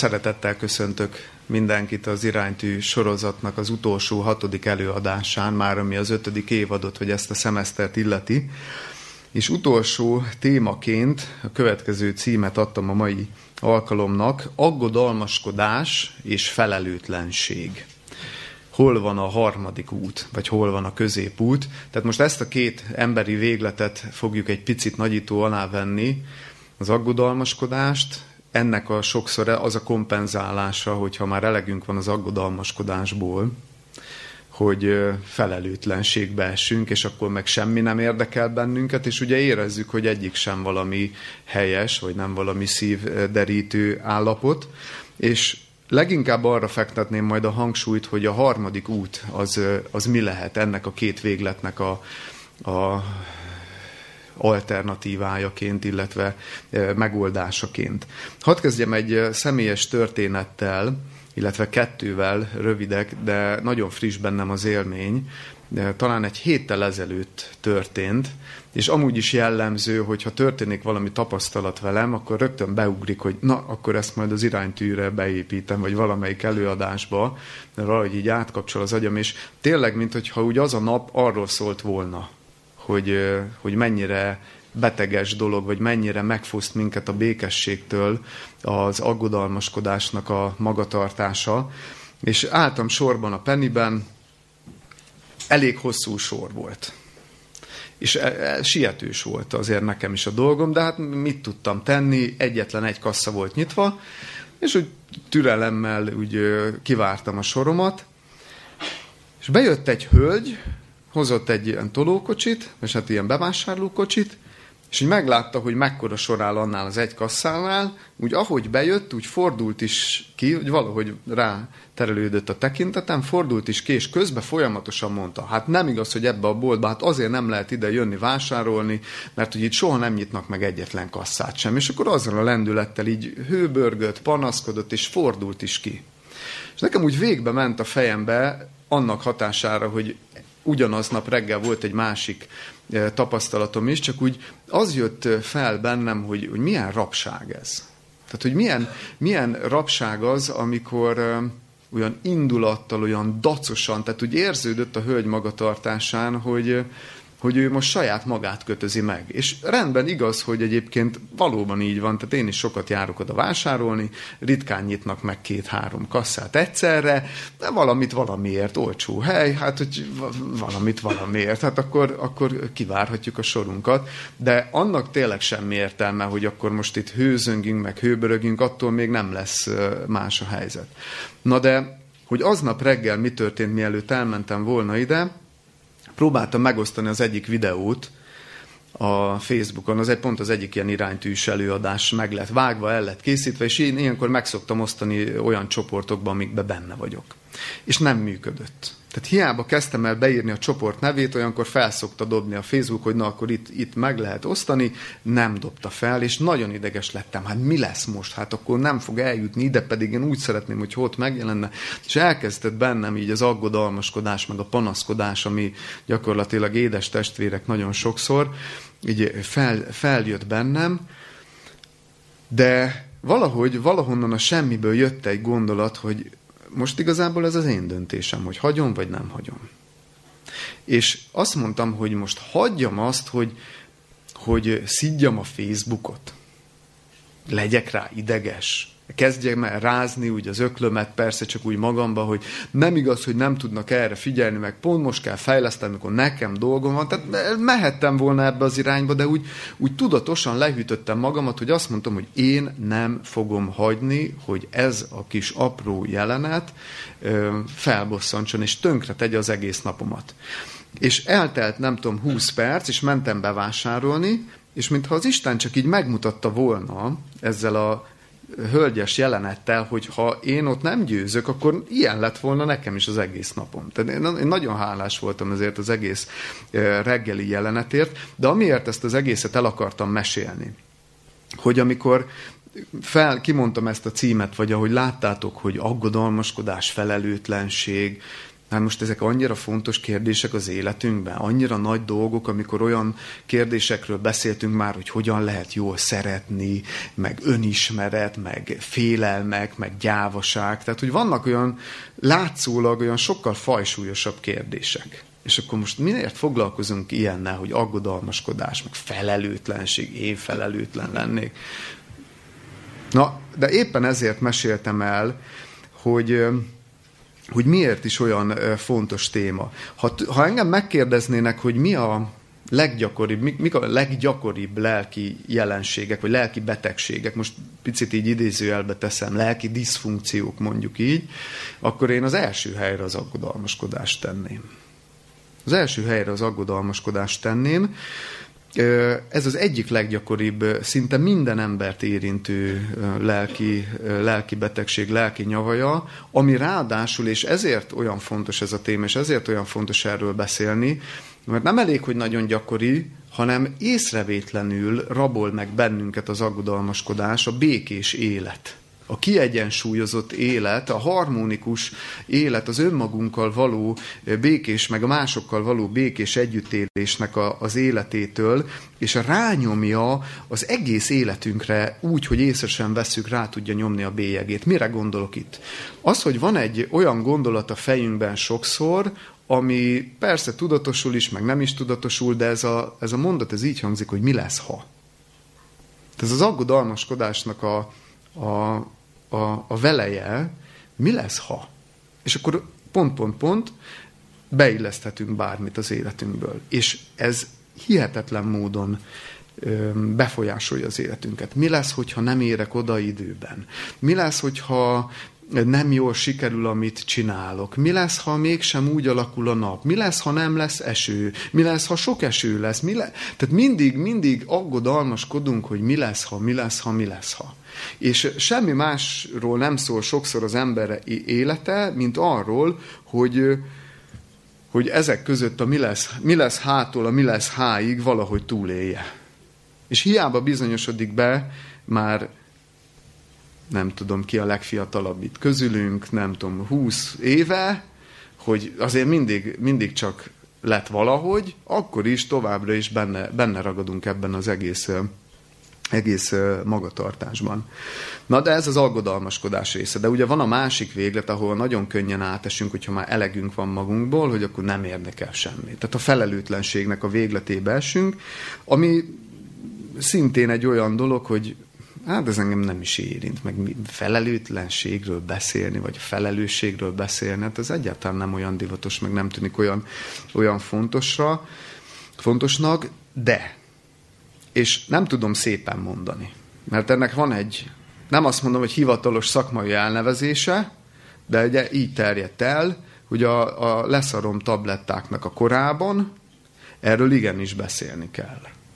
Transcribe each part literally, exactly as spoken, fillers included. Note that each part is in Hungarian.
Szeretettel köszöntök mindenkit az Iránytű sorozatnak az utolsó hatodik előadásán, már ami az ötödik évadot, vagy ezt a szemesztert illeti. És utolsó témaként a következő címet adtam a mai alkalomnak: aggodalmaskodás és felelőtlenség. Hol van a harmadik út, vagy hol van a középút? Tehát most ezt a két emberi végletet fogjuk egy picit nagyító alá venni, az aggodalmaskodást. Ennek a sokszor az a kompenzálása, hogyha már elegünk van az aggodalmaskodásból, hogy felelőtlenségbe esünk, és akkor meg semmi nem érdekel bennünket, és ugye érezzük, hogy egyik sem valami helyes, vagy nem valami szívderítő állapot, és leginkább arra fektetném majd a hangsúlyt, hogy a harmadik út az, az mi lehet ennek a két végletnek a, a alternatívájaként, illetve megoldásaként. Hadd kezdjem egy személyes történettel, illetve kettővel, rövidek, de nagyon friss bennem az élmény. De talán egy héttel ezelőtt történt, és amúgy is jellemző, hogy ha történik valami tapasztalat velem, akkor rögtön beugrik, hogy na, akkor ezt majd az Iránytűre beépítem, vagy valamelyik előadásba, mert valahogy így átkapcsol az agyam, és tényleg, minthogyha úgy az a nap arról szólt volna, hogy, hogy mennyire beteges dolog, vagy mennyire megfoszt minket a békességtől az aggodalmaskodásnak a magatartása. És álltam sorban a Pennyben, elég hosszú sor volt. És sietős volt azért nekem is a dolgom, de hát mit tudtam tenni, egyetlen egy kassa volt nyitva, és úgy türelemmel úgy kivártam a soromat, és bejött egy hölgy, hozott egy ilyen tolókocsit, és hát ilyen bevásárlókocsit, és így meglátta, hogy mekkora sor áll annál az egy kasszánál, úgy ahogy bejött, úgy fordult is ki, hogy valahogy rá terelődött a tekintetem, fordult is ki, és közben folyamatosan mondta, hát nem igaz, hogy ebbe a boltba, hát azért nem lehet ide jönni vásárolni, mert hogy itt soha nem nyitnak meg egyetlen kasszát sem. És akkor azzal a lendülettel így hőbörgött, panaszkodott, és fordult is ki. És nekem úgy végbe ment a fejembe annak hatására, hogy ugyanaznap reggel volt egy másik tapasztalatom is, csak úgy az jött fel bennem, hogy, hogy milyen rabság ez. Tehát, hogy milyen, milyen rabság az, amikor uh, olyan indulattal, olyan dacosan, tehát úgy érződött a hölgy magatartásán, hogy, hogy ő most saját magát kötözi meg. És rendben igaz, hogy egyébként valóban így van, tehát én is sokat járok oda vásárolni, ritkán nyitnak meg két-három kasszát egyszerre, de valamit valamiért, olcsó hely, hát hogy valamit valamiért, hát akkor, akkor kivárhatjuk a sorunkat, de annak tényleg semmi értelme, hogy akkor most itt hőzöngünk, meg hőbörögünk, attól még nem lesz más a helyzet. Na de, hogy aznap reggel mi történt, mielőtt elmentem volna ide, próbáltam megosztani az egyik videót a Facebookon, az egy pont az egyik ilyen iránytűs előadás meg lett vágva, el lett készítve, és én ilyenkor meg szoktam osztani olyan csoportokban, amikben benne vagyok. És nem működött. Tehát hiába kezdtem el beírni a csoport nevét, olyankor felszokta dobni a Facebook, hogy na akkor itt, itt meg lehet osztani, nem dobta fel, és nagyon ideges lettem. Hát mi lesz most? Hát akkor nem fog eljutni ide, pedig én úgy szeretném, hogy ott megjelenne. És elkezdett bennem így az aggodalmaskodás, meg a panaszkodás, ami gyakorlatilag édes testvérek nagyon sokszor, így fel, feljött bennem, de valahogy, valahonnan a semmiből jött egy gondolat, hogy most igazából ez az én döntésem, hogy hagyom, vagy nem hagyom. És azt mondtam, hogy most hagyjam azt, hogy, hogy szidjam a Facebookot. Legyek rá ideges. Kezdjem el rázni úgy az öklömet, persze csak úgy magamba, hogy nem igaz, hogy nem tudnak erre figyelni, meg pont most kell fejleszteni, amikor nekem dolgom van. Tehát mehettem volna ebbe az irányba, de úgy, úgy tudatosan lehűtöttem magamat, hogy azt mondtam, hogy én nem fogom hagyni, hogy ez a kis apró jelenet ö, felbosszantson, és tönkre tegye az egész napomat. És eltelt, nem tudom, húsz perc, és mentem bevásárolni, és mintha az Isten csak így megmutatta volna ezzel a hölgyes jelenettel, hogy ha én ott nem győzök, akkor ilyen lett volna nekem is az egész napom. Tehát én nagyon hálás voltam ezért az egész reggeli jelenetért, de amiért ezt az egészet el akartam mesélni, hogy amikor fel, kimondtam ezt a címet, vagy ahogy láttátok, hogy aggodalmaskodás, felelőtlenség, Hát most ezek annyira fontos kérdések az életünkben, annyira nagy dolgok, amikor olyan kérdésekről beszéltünk már, hogy hogyan lehet jól szeretni, meg önismeret, meg félelmek, meg gyávaság. Tehát, hogy vannak olyan látszólag olyan sokkal fajsúlyosabb kérdések. És akkor most miért foglalkozunk ilyennel, hogy aggodalmaskodás, meg felelőtlenség, én felelőtlen lennék. Na, de éppen ezért meséltem el, hogy... hogy miért is olyan fontos téma. Ha, ha engem megkérdeznének, hogy mi a leggyakoribb, mik, mik a leggyakoribb lelki jelenségek, vagy lelki betegségek, most picit így idézőjelbe teszem, lelki diszfunkciók mondjuk így, akkor én az első helyre az aggodalmaskodást tenném. Az első helyre az aggodalmaskodást tenném. Ez az egyik leggyakoribb, szinte minden embert érintő lelki, lelki betegség, lelki nyavaja, ami ráadásul, és ezért olyan fontos ez a téma, és ezért olyan fontos erről beszélni, mert nem elég, hogy nagyon gyakori, hanem észrevétlenül rabol meg bennünket az aggodalmaskodás, a békés élet. A kiegyensúlyozott élet, a harmonikus élet, az önmagunkkal való békés, meg a másokkal való békés együttélésnek a, az életétől, és rányomja az egész életünkre úgy, hogy észre sem vesszük, rá tudja nyomni a bélyegét. Mire gondolok itt? Az, hogy van egy olyan gondolat a fejünkben sokszor, ami persze tudatosul is, meg nem is tudatosul, de ez a, ez a mondat ez így hangzik, hogy mi lesz, ha. Ez az aggodalmaskodásnak a A, a, a veleje, mi lesz, ha? És akkor pont, pont, pont beilleszthetünk bármit az életünkből. És ez hihetetlen módon ö, befolyásolja az életünket. Mi lesz, hogyha nem érek oda időben? Mi lesz, hogyha nem jól sikerül, amit csinálok? Mi lesz, ha mégsem úgy alakul a nap? Mi lesz, ha nem lesz eső? Mi lesz, ha sok eső lesz? Mi le... Tehát mindig, mindig aggodalmaskodunk, hogy mi lesz, ha, mi lesz, ha, mi lesz, ha. És semmi másról nem szól sokszor az ember élete, mint arról, hogy, hogy ezek között a mi lesz, mi lesz hától, a mi lesz háig valahogy túlélje. És hiába bizonyosodik be már nem tudom ki a legfiatalabb itt közülünk, nem tudom, húsz éve, hogy azért mindig, mindig csak lett valahogy, akkor is továbbra is benne, benne ragadunk ebben az egész, egész magatartásban. Na, de ez az aggodalmaskodás része. De ugye van a másik véglet, ahol nagyon könnyen átesünk, hogyha már elegünk van magunkból, hogy akkor nem érdekel semmi. Tehát a felelőtlenségnek a végletébe esünk, ami szintén egy olyan dolog, hogy hát ez engem nem is érint, meg felelőtlenségről beszélni, vagy felelősségről beszélni, hát ez egyáltalán nem olyan divatos, meg nem tűnik olyan, olyan fontosra, fontosnak, de, és nem tudom szépen mondani, mert ennek van egy, nem azt mondom, hogy hivatalos szakmai elnevezése, de ugye így terjedt el, hogy a, a leszarom tablettáknak a korában erről igenis beszélni kell.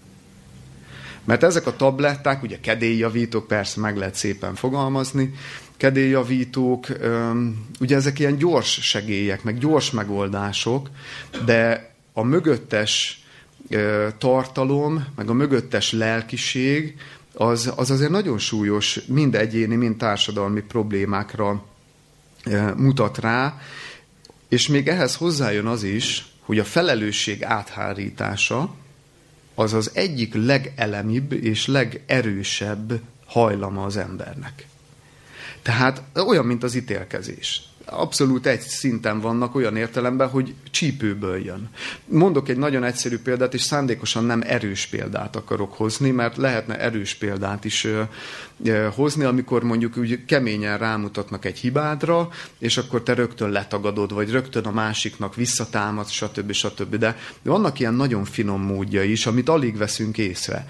Mert ezek a tabletták, ugye kedélyjavítók, persze meg lehet szépen fogalmazni, kedélyjavítók, ugye ezek ilyen gyors segélyek, meg gyors megoldások, de a mögöttes tartalom, meg a mögöttes lelkiség, az, az azért nagyon súlyos, mind egyéni, mind társadalmi problémákra mutat rá, és még ehhez hozzájön az is, hogy a felelősség áthárítása, az az egyik legelemibb és legerősebb hajlama az embernek. Tehát olyan, mint az ítélkezés. Abszolút egy szinten vannak olyan értelemben, hogy csípőből jön. Mondok egy nagyon egyszerű példát, és szándékosan nem erős példát akarok hozni, mert lehetne erős példát is hozni, amikor mondjuk úgy keményen rámutatnak egy hibádra, és akkor te rögtön letagadod, vagy rögtön a másiknak visszatámadsz, stb. stb. De vannak ilyen nagyon finom módja is, amit alig veszünk észre.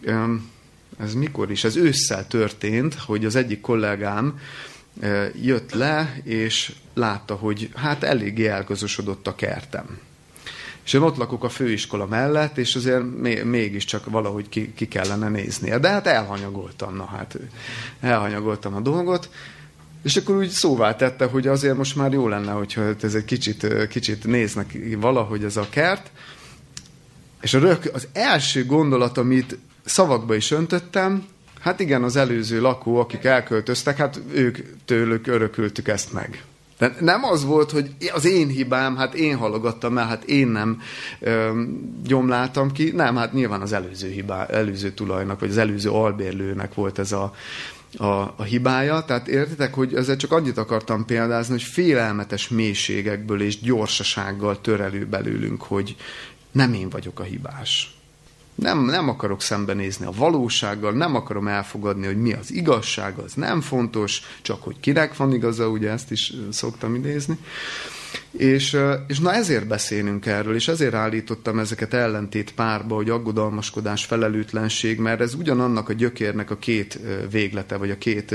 Ez mikor is? Ez ősszel történt, hogy az egyik kollégám jött le, és látta, hogy hát eléggé elgazosodott a kertem. És én ott lakok a főiskola mellett, és azért mégiscsak valahogy ki, ki kellene néznie. De hát elhanyagoltam, na hát elhanyagoltam a dolgot, és akkor úgy szóvá tette, hogy azért most már jó lenne, hogyha ez egy kicsit, kicsit néznek valahogy ez a kert. És a rög, az első gondolat, amit szavakba is öntöttem, hát igen, az előző lakó, akik elköltöztek, hát ők tőlük örökültük ezt meg. De nem az volt, hogy az én hibám, hát én halogattam el, hát én nem ö, gyomláltam ki. Nem, hát nyilván az előző, hibá, előző tulajnak, vagy az előző albérlőnek volt ez a, a, a hibája. Tehát értitek, hogy ezzel csak annyit akartam példázni, hogy félelmetes mélységekből és gyorsasággal törelő belőlünk, hogy nem én vagyok a hibás. Nem, nem akarok szembenézni a valósággal, nem akarom elfogadni, hogy mi az igazság, az nem fontos, csak hogy kinek van igaza, ugye ezt is szoktam idézni. És, és na ezért beszélünk erről, és ezért állítottam ezeket ellentét párba, hogy aggodalmaskodás, felelőtlenség, mert ez ugyanannak a gyökérnek a két véglete, vagy a két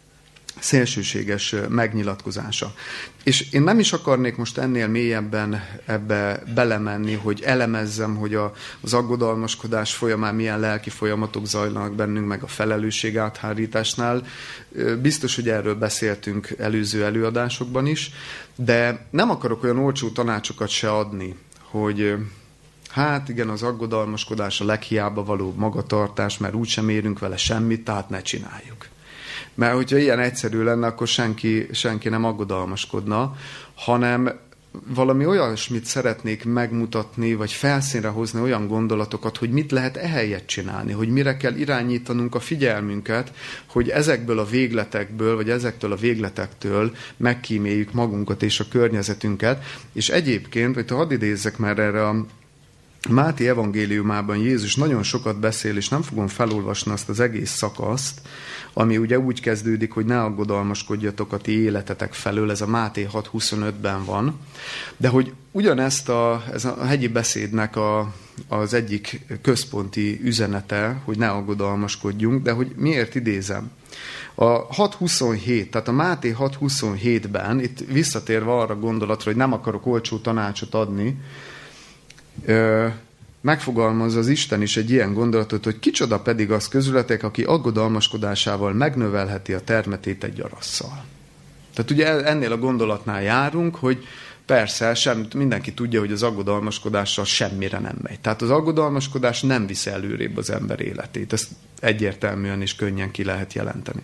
szélsőséges megnyilatkozása. És én nem is akarnék most ennél mélyebben ebbe belemenni, hogy elemezzem, hogy a, az aggodalmaskodás folyamán milyen lelki folyamatok zajlanak bennünk, meg a felelősség áthárításnál. Biztos, hogy erről beszéltünk előző előadásokban is, de nem akarok olyan olcsó tanácsokat se adni, hogy hát igen, az aggodalmaskodás a leghiába való magatartás, mert úgysem érünk vele semmit, tehát ne csináljuk. Mert hogyha ilyen egyszerű lenne, akkor senki, senki nem aggodalmaskodna, hanem valami olyasmit szeretnék megmutatni, vagy felszínre hozni olyan gondolatokat, hogy mit lehet ehelyett csinálni, hogy mire kell irányítanunk a figyelmünket, hogy ezekből a végletekből, vagy ezektől a végletektől megkíméljük magunkat és a környezetünket. És egyébként, vagy hadd idézzek már erre a Máté evangéliumában Jézus nagyon sokat beszél, és nem fogom felolvasni azt az egész szakaszt, ami ugye úgy kezdődik, hogy ne aggodalmaskodjatok a ti életetek felől, ez a Máté hat huszonötben van, de hogy ugyanezt a, ez a hegyi beszédnek a, az egyik központi üzenete, hogy ne aggodalmaskodjunk, de hogy miért idézem? A hat huszonhét, tehát a Máté hat huszonhétben, itt visszatérve arra gondolatra, hogy nem akarok olcsó tanácsot adni, Ö, megfogalmazza az Isten is egy ilyen gondolatot, hogy kicsoda pedig az közületek, aki aggodalmaskodásával megnövelheti a termetét egy gyarasszal. Tehát ugye ennél a gondolatnál járunk, hogy persze sem, mindenki tudja, hogy az aggodalmaskodással semmire nem megy. Tehát az aggodalmaskodás nem visz előrébb az ember életét. Ezt egyértelműen és könnyen ki lehet jelenteni.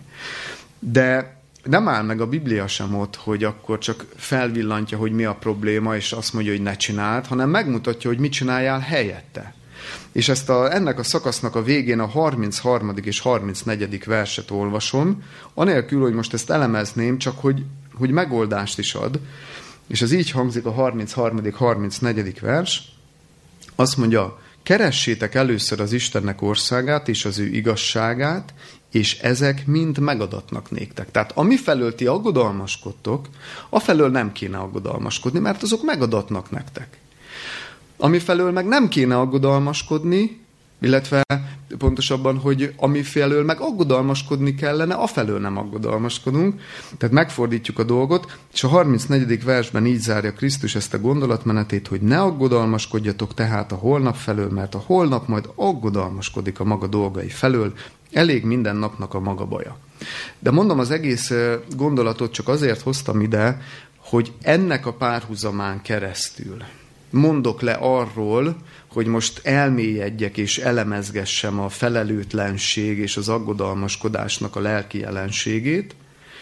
De nem áll meg a Biblia sem ott, hogy akkor csak felvillantja, hogy mi a probléma, és azt mondja, hogy ne csináld, hanem megmutatja, hogy mit csináljál helyette. És ezt a, ennek a szakasznak a végén a harmincharmadik és harmincnegyedik verset olvasom, anélkül, hogy most ezt elemezném, csak hogy, hogy megoldást is ad. És ez így hangzik a harmincharmadik harmincnegyedik vers. Azt mondja, keressétek először az Istennek országát és az ő igazságát, és ezek mind megadatnak néktek. Tehát amifelől ti aggodalmaskodtok, afelől nem kéne aggodalmaskodni, mert azok megadatnak nektek. Amifelől meg nem kéne aggodalmaskodni, illetve pontosabban, hogy amifelől meg aggodalmaskodni kellene, afelől nem aggodalmaskodunk. Tehát megfordítjuk a dolgot, és a harmincnegyedik versben így zárja Krisztus ezt a gondolatmenetét, hogy ne aggodalmaskodjatok tehát a holnap felől, mert a holnap majd aggodalmaskodik a maga dolgai felől, elég minden napnak a maga baja. De mondom, az egész gondolatot csak azért hoztam ide, hogy ennek a párhuzamán keresztül mondok le arról, hogy most elmélyedjek és elemezgessem a felelőtlenség és az aggodalmaskodásnak a lelki jelenségét,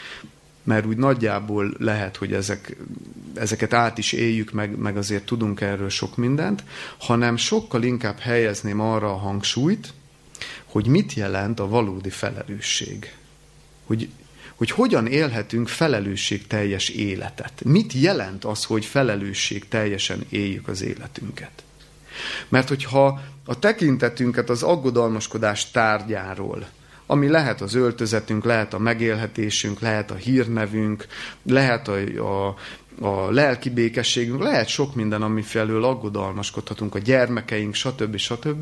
mert úgy nagyjából lehet, hogy ezek, ezeket át is éljük, meg, meg azért tudunk erről sok mindent, hanem sokkal inkább helyezném arra a hangsúlyt, hogy mit jelent a valódi felelősség. Hogy, hogy hogyan élhetünk felelősségteljes életet. Mit jelent az, hogy felelősségteljesen éljük az életünket. Mert hogyha a tekintetünket az aggodalmaskodás tárgyáról, ami lehet az öltözetünk, lehet a megélhetésünk, lehet a hírnevünk, lehet a, a, a lelki békességünk, lehet sok minden, ami felől aggodalmaskodhatunk, a gyermekeink, stb. stb.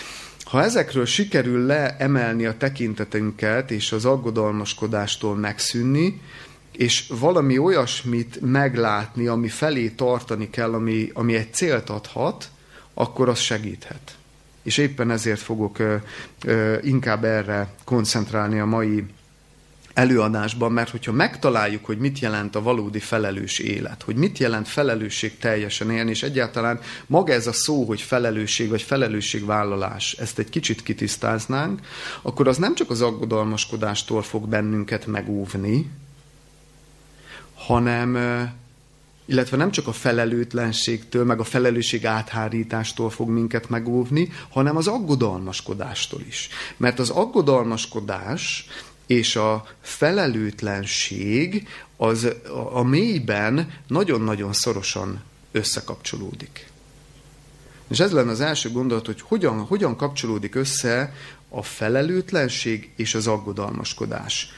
Ha ezekről sikerül leemelni a tekintetünket, és az aggodalmaskodástól megszűnni, és valami olyasmit meglátni, ami felé tartani kell, ami, ami egy célt adhat, akkor az segíthet. És éppen ezért fogok ö, ö, inkább erre koncentrálni a mai előadásban, mert hogyha megtaláljuk, hogy mit jelent a valódi felelős élet, hogy mit jelent felelősség teljesen élni, és egyáltalán maga ez a szó, hogy felelősség vagy felelősségvállalás, ezt egy kicsit kitisztáznánk, akkor az nem csak az aggodalmaskodástól fog bennünket megóvni, hanem, illetve nem csak a felelőtlenségtől, meg a felelősség áthárítástól fog minket megóvni, hanem az aggodalmaskodástól is. Mert az aggodalmaskodás és a felelőtlenség az a mélyben nagyon-nagyon szorosan összekapcsolódik. És ez lenne az első gondolat, hogy hogyan, hogyan kapcsolódik össze a felelőtlenség és az aggodalmaskodás.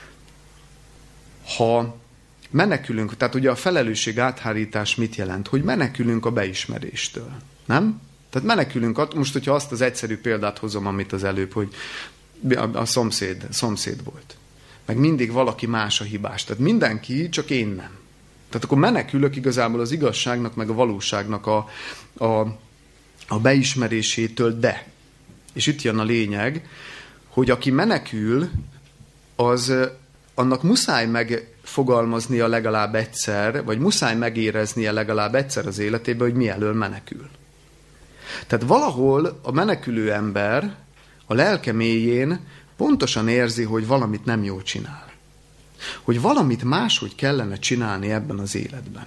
Ha menekülünk, tehát ugye a felelősség áthárítás mit jelent? Hogy menekülünk a beismeréstől, nem? Tehát menekülünk, most hogyha azt az egyszerű példát hozom, amit az előbb, hogy a szomszéd, szomszéd volt. Meg mindig valaki más a hibás. Tehát mindenki, csak én nem. Tehát akkor menekülök igazából az igazságnak, meg a valóságnak a, a, a beismerésétől, de. És itt jön a lényeg, hogy aki menekül, az annak muszáj megfogalmaznia legalább egyszer, vagy muszáj megéreznie legalább egyszer az életében, hogy mi elől menekül. Tehát valahol a menekülő ember a lelke mélyén pontosan érzi, hogy valamit nem jól csinál. Hogy valamit máshogy kellene csinálni ebben az életben.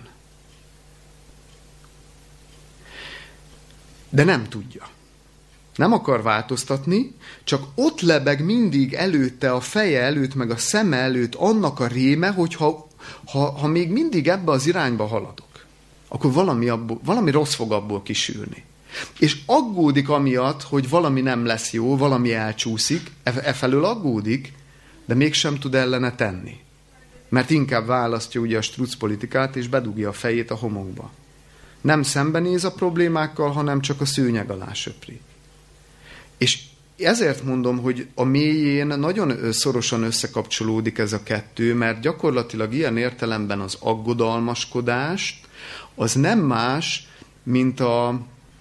De nem tudja. Nem akar változtatni, csak ott lebeg mindig előtte, a feje előtt, meg a szeme előtt annak a réme, hogy ha, ha, ha még mindig ebbe az irányba haladok, akkor valami, abból, valami rossz fog abból kisülni. És aggódik amiatt, hogy valami nem lesz jó, valami elcsúszik, e, e felől aggódik, de mégsem tud ellene tenni. Mert inkább választja ugye a struc politikát, és bedugja a fejét a homokba. Nem szembenéz a problémákkal, hanem csak a szőnyeg alá söpri. És ezért mondom, hogy a mélyén nagyon szorosan összekapcsolódik ez a kettő, mert gyakorlatilag ilyen értelemben az aggodalmaskodást az nem más, mint a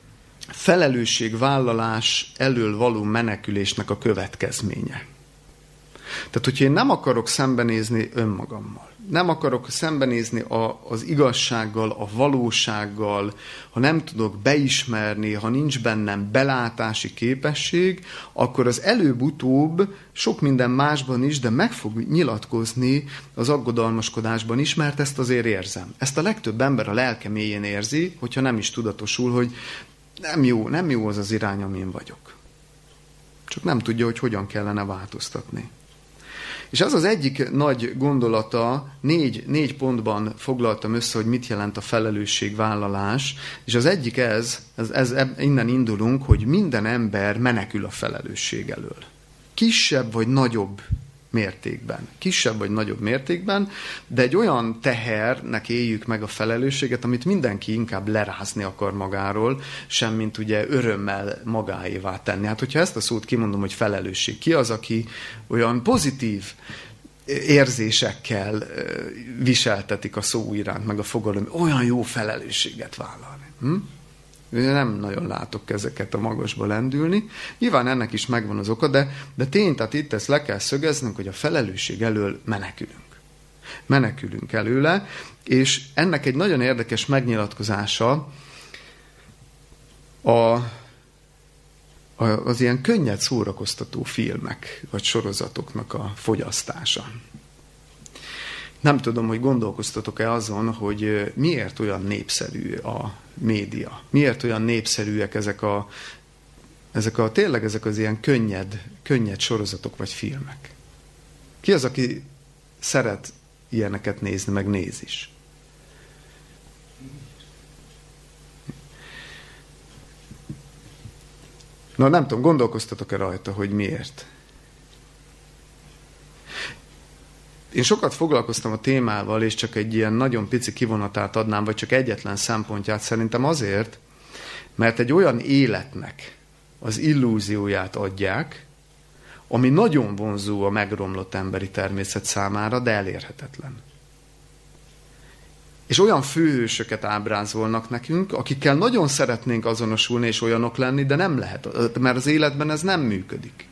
felelősségvállalás elől való menekülésnek a következménye. Tehát, hogyha én nem akarok szembenézni önmagammal, nem akarok szembenézni a, az igazsággal, a valósággal, ha nem tudok beismerni, ha nincs bennem belátási képesség, akkor az előbb-utóbb sok minden másban is, de meg fog nyilatkozni az aggodalmaskodásban is, mert ezt azért érzem. Ezt a legtöbb ember a lelke mélyén érzi, hogyha nem is tudatosul, hogy nem jó, nem jó az az irány, amin vagyok. Csak nem tudja, hogy hogyan kellene változtatni. És az az egyik nagy gondolata, négy, négy pontban foglaltam össze, hogy mit jelent a felelősségvállalás, és az egyik ez, ez, ez, innen indulunk, hogy minden ember menekül a felelősség elől. Kisebb vagy nagyobb mértékben. Kisebb vagy nagyobb mértékben, de egy olyan tehernek éljük meg a felelősséget, amit mindenki inkább lerázni akar magáról, semmint ugye örömmel magáévá tenni. Hát, hogyha ezt a szót kimondom, hogy felelősség, ki az, aki olyan pozitív érzésekkel viseltetik a szó iránt, meg a fogalom, olyan jó felelősséget vállalni. Hm? Nem nagyon látok ezeket a magasba lendülni. Nyilván ennek is megvan az oka, de, de tény, tehát itt ezt le kell szögeznünk, hogy a felelősség elől menekülünk. Menekülünk előle, és ennek egy nagyon érdekes megnyilatkozása a, a, az ilyen könnyed szórakoztató filmek, vagy sorozatoknak a fogyasztása. Nem tudom, hogy gondolkoztatok-e azon, hogy miért olyan népszerű a média. Miért olyan népszerűek ezek a, ezek a tényleg ezek az ilyen könnyed, könnyed sorozatok vagy filmek. Ki az, aki szeret ilyeneket nézni, meg néz is? Na, nem tudom, gondolkoztatok-e rajta, hogy miért? Én sokat foglalkoztam a témával, és csak egy ilyen nagyon pici kivonatát adnám, vagy csak egyetlen szempontját szerintem azért, mert egy olyan életnek az illúzióját adják, ami nagyon vonzó a megromlott emberi természet számára, de elérhetetlen. És olyan főhősöket ábrázolnak nekünk, akikkel nagyon szeretnénk azonosulni és olyanok lenni, de nem lehet, mert az életben ez nem működik.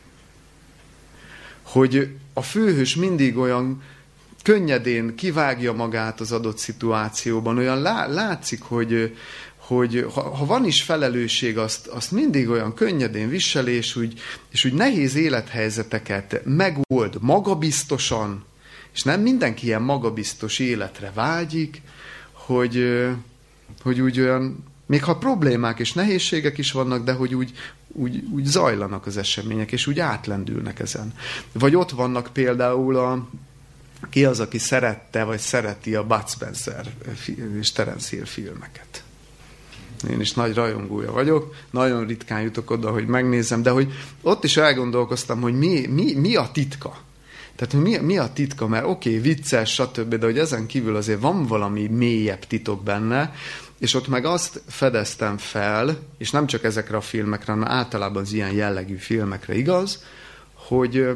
Hogy a főhős mindig olyan könnyedén kivágja magát az adott szituációban, olyan lá, látszik, hogy, hogy ha, ha van is felelősség, azt, azt mindig olyan könnyedén visel, és úgy, és úgy nehéz élethelyzeteket megold magabiztosan, És nem mindenki ilyen magabiztos életre vágyik, hogy, hogy úgy olyan, még ha problémák és nehézségek is vannak, de hogy úgy, úgy, úgy zajlanak az események, és úgy átlendülnek ezen. Vagy ott vannak például a ki az, aki szerette, vagy szereti a Bud Spencer és Terence Hill filmeket. Én is nagy rajongója vagyok, nagyon ritkán jutok oda, hogy megnézzem, de hogy ott is elgondolkoztam, hogy mi, mi, mi a titka. Tehát mi, mi a titka, mert oké, okay, vicces, stb., de hogy ezen kívül azért van valami mélyebb titok benne, és ott meg azt fedeztem fel, és nem csak ezekre a filmekre, hanem általában az ilyen jellegű filmekre igaz, hogy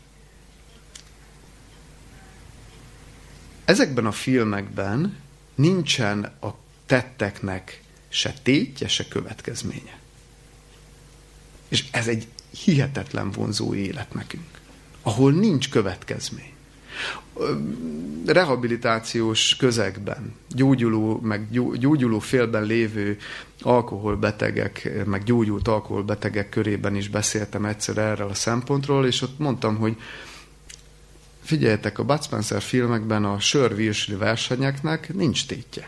ezekben a filmekben nincsen a tetteknek se tétje, se következménye. És ez egy hihetetlen vonzó élet nekünk, ahol nincs következmény. Rehabilitációs közegben, gyógyuló, meg gyógyuló félben lévő alkoholbetegek, meg gyógyult alkoholbetegek körében is beszéltem egyszer erről a szempontról, és ott mondtam, hogy figyeljetek, a Bud Spencer filmekben a sör-virsli versenyeknek nincs tétje.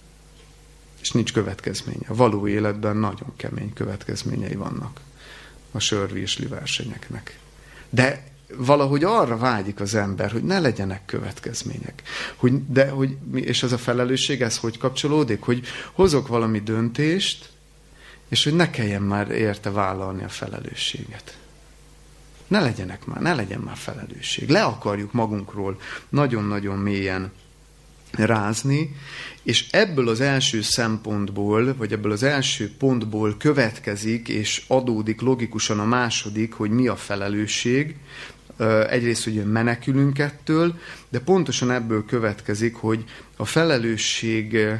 És nincs következménye. A való életben nagyon kemény következményei vannak a sör-virsli versenyeknek. De valahogy arra vágyik az ember, hogy ne legyenek következmények. Hogy, de, hogy, és ez a felelősség, ez hogy kapcsolódik? Hogy hozok valami döntést, és hogy ne kelljen már érte vállalni a felelősséget. Ne legyenek már, ne legyen már felelősség. Le akarjuk magunkról nagyon-nagyon mélyen rázni, és ebből az első szempontból, vagy ebből az első pontból következik, és adódik logikusan a második, hogy mi a felelősség. Egyrészt, hogy menekülünk ettől, de pontosan ebből következik, hogy a felelősségben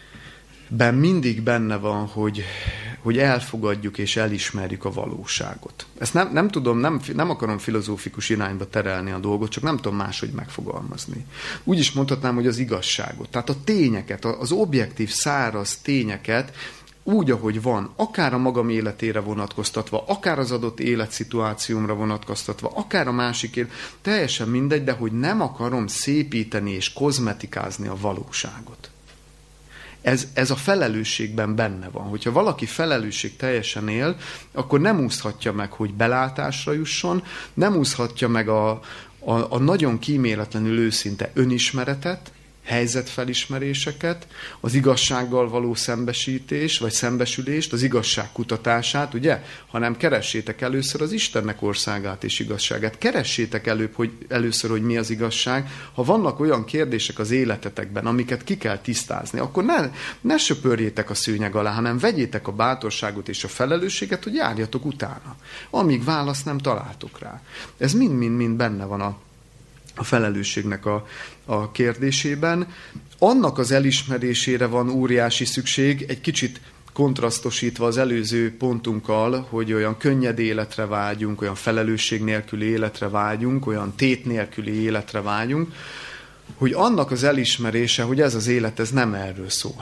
mindig benne van, hogy, hogy elfogadjuk és elismerjük a valóságot. Ezt nem, nem tudom, nem, nem akarom filozófikus irányba terelni a dolgot, csak nem tudom máshogy megfogalmazni. Úgy is mondhatnám, hogy az igazságot, tehát a tényeket, az objektív, száraz tényeket, úgy, ahogy van, akár a magam életére vonatkoztatva, akár az adott életszituációmra vonatkoztatva, akár a másik élet, teljesen mindegy, de hogy nem akarom szépíteni és kozmetikázni a valóságot. Ez, ez a felelősségben benne van. Hogyha valaki felelősség teljesen él, akkor nem úszhatja meg, hogy belátásra jusson, nem úszhatja meg a, a, a nagyon kíméletlenül őszinte önismeretet, helyzetfelismeréseket, az igazsággal való szembesítés, vagy szembesülést, az igazság kutatását, ugye? Hanem keressétek először az Istennek országát és igazságát. Keressétek előbb, hogy először, hogy mi az igazság. Ha vannak olyan kérdések az életetekben, amiket ki kell tisztázni, akkor ne, ne söpörjétek a szőnyeg alá, hanem vegyétek a bátorságot és a felelősséget, hogy járjatok utána, amíg választ nem találtok rá. Ez mind-mind-mind benne van a a felelősségnek a, a kérdésében. Annak az elismerésére van óriási szükség, egy kicsit kontrasztosítva az előző pontunkkal, hogy olyan könnyed életre vágyunk, olyan felelősség nélküli életre vágyunk, olyan tét nélküli életre vágyunk, hogy annak az elismerése, hogy ez az élet, ez nem erről szól.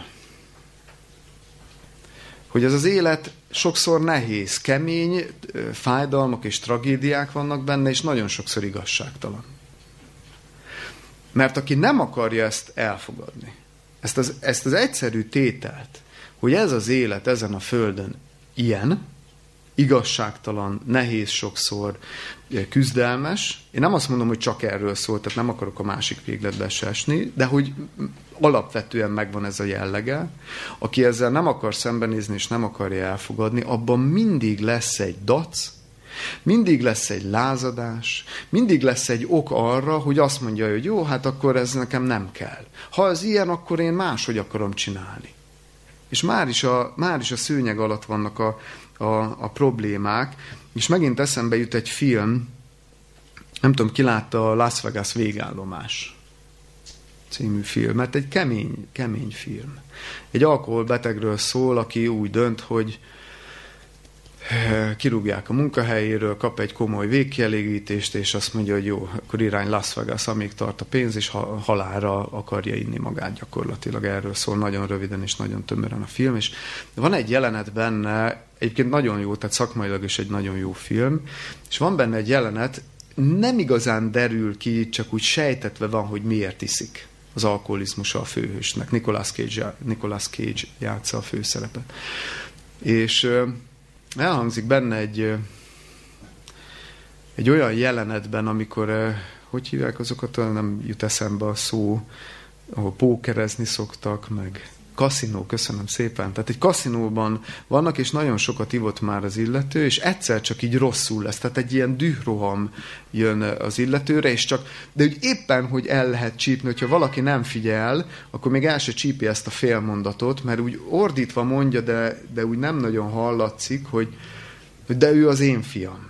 Hogy ez az élet sokszor nehéz, kemény, fájdalmak és tragédiák vannak benne, és nagyon sokszor igazságtalan. Mert aki nem akarja ezt elfogadni, ezt az, ezt az egyszerű tételt, hogy ez az élet ezen a földön ilyen, igazságtalan, nehéz sokszor, küzdelmes. Én nem azt mondom, hogy csak erről szól, tehát nem akarok a másik végletbe se esni, de hogy alapvetően megvan ez a jellege. Aki ezzel nem akar szembenézni és nem akarja elfogadni, abban mindig lesz egy dac, mindig lesz egy lázadás, mindig lesz egy ok arra, hogy azt mondja, hogy jó, hát akkor ez nekem nem kell. Ha ez ilyen, akkor én máshogy akarom csinálni. És már is a, már is a szőnyeg alatt vannak a, a, a problémák, és megint eszembe jut egy film, nem tudom, ki látta a Las Vegas végállomás című filmet, egy kemény, kemény film. Egy alkoholbetegről szól, aki úgy dönt, hogy kirúgják a munkahelyéről, kap egy komoly végkielégítést, és azt mondja, hogy jó, akkor irány Las Vegas, amíg tart a pénz, és halálra akarja inni magát gyakorlatilag. Erről szól nagyon röviden és nagyon tömören a film, és van egy jelenet benne, egyébként nagyon jó, tehát szakmailag is egy nagyon jó film, és van benne egy jelenet, nem igazán derül ki, csak úgy sejtetve van, hogy miért iszik az alkoholizmusa a főhősnek. Nicolas Cage, Nicolas Cage játsza a főszerepet. És elhangzik benne egy, egy olyan jelenetben, amikor, hogy hívják azokat, nem jut eszembe a szó, ahol pókerezni szoktak, meg kaszinó, köszönöm szépen. Tehát egy kaszinóban vannak, és nagyon sokat ivott már az illető, és egyszer csak így rosszul lesz. Tehát egy ilyen dühroham jön az illetőre, és csak, de úgy éppen, hogy el lehet csípni, hogyha valaki nem figyel, akkor még el se csípi ezt a félmondatot, mert úgy ordítva mondja, de, de úgy nem nagyon hallatszik, hogy, hogy de ő az én fiam.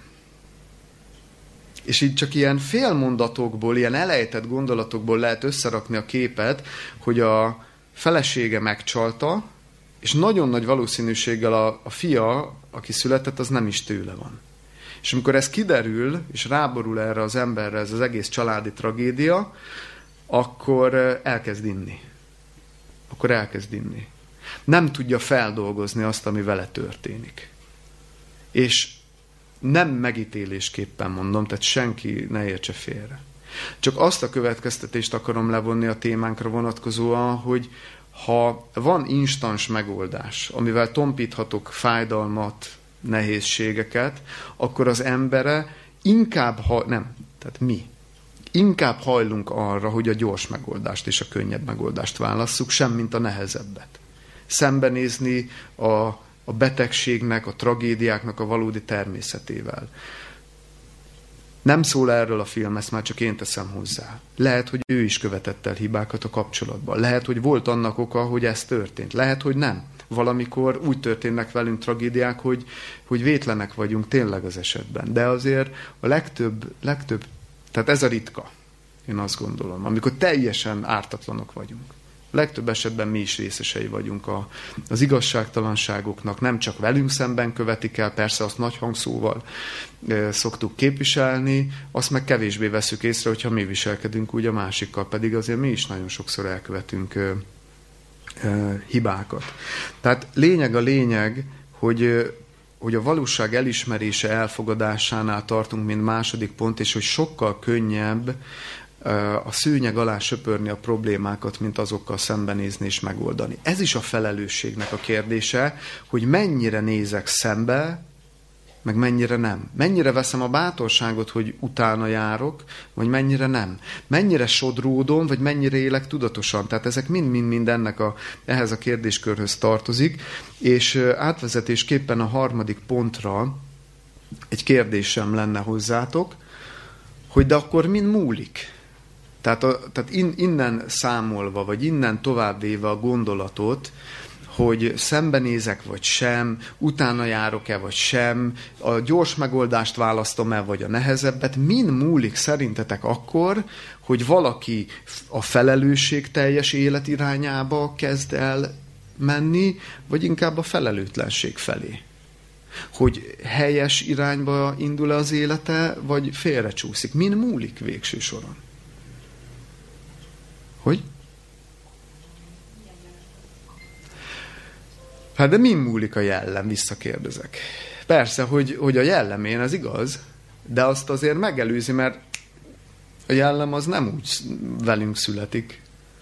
És így csak ilyen félmondatokból, ilyen elejtett gondolatokból lehet összerakni a képet, hogy a felesége megcsalta, és nagyon nagy valószínűséggel a, a fia, aki született, az nem is tőle van. És amikor ez kiderül, és ráborul erre az emberre ez az egész családi tragédia, akkor elkezd inni. Akkor elkezd inni. Nem tudja feldolgozni azt, ami vele történik. És nem megítélésképpen mondom, tehát senki ne értse félre. Csak azt a következtetést akarom levonni a témánkra vonatkozóan, hogy ha van instans megoldás, amivel tompíthatok fájdalmat, nehézségeket, akkor az embere inkább, ha, nem, tehát mi, inkább hajlunk arra, hogy a gyors megoldást és a könnyebb megoldást válasszuk, sem mint a nehezebbet. Szembenézni a, a betegségnek, a tragédiáknak a valódi természetével. Nem szól erről a film, ezt már csak én teszem hozzá. Lehet, hogy ő is követett el hibákat a kapcsolatban. Lehet, hogy volt annak oka, hogy ez történt. Lehet, hogy nem. Valamikor úgy történnek velünk tragédiák, hogy, hogy vétlenek vagyunk tényleg az esetben. De azért a legtöbb, legtöbb, tehát ez a ritka, én azt gondolom, amikor teljesen ártatlanok vagyunk. A legtöbb esetben mi is részesei vagyunk a, az igazságtalanságoknak, nem csak velünk szemben követik el, persze azt nagy hangszóval e, szoktuk képviselni, azt meg kevésbé veszük észre, hogyha mi viselkedünk úgy a másikkal, pedig azért mi is nagyon sokszor elkövetünk e, e, hibákat. Tehát lényeg a lényeg, hogy, e, hogy a valóság elismerése, elfogadásánál tartunk, mint második pont, és hogy sokkal könnyebb a szőnyeg alá söpörni a problémákat, mint azokkal szembenézni és megoldani. Ez is a felelősségnek a kérdése, hogy mennyire nézek szembe, meg mennyire nem. Mennyire veszem a bátorságot, hogy utána járok, vagy mennyire nem. Mennyire sodródom, vagy mennyire élek tudatosan. Tehát ezek mind-mind-mind ennek a, ehhez a kérdéskörhöz tartozik, és átvezetésképpen a harmadik pontra egy kérdésem lenne hozzátok, hogy de akkor mind múlik? Tehát, a, tehát in, innen számolva, vagy innen továbbvéve a gondolatot, hogy szembenézek, vagy sem, utána járok-e, vagy sem, a gyors megoldást választom-e, vagy a nehezebbet, mind múlik szerintetek akkor, hogy valaki a felelősségteljes élet irányába kezd el menni, vagy inkább a felelőtlenség felé? Hogy helyes irányba indul az élete, vagy félrecsúszik? Mind múlik végső soron? Hogy? Hát de min múlik a jellem, visszakérdezek. Persze, hogy, hogy a jellemén ez igaz, de azt azért megelőzi, mert a jellem az nem úgy velünk születik.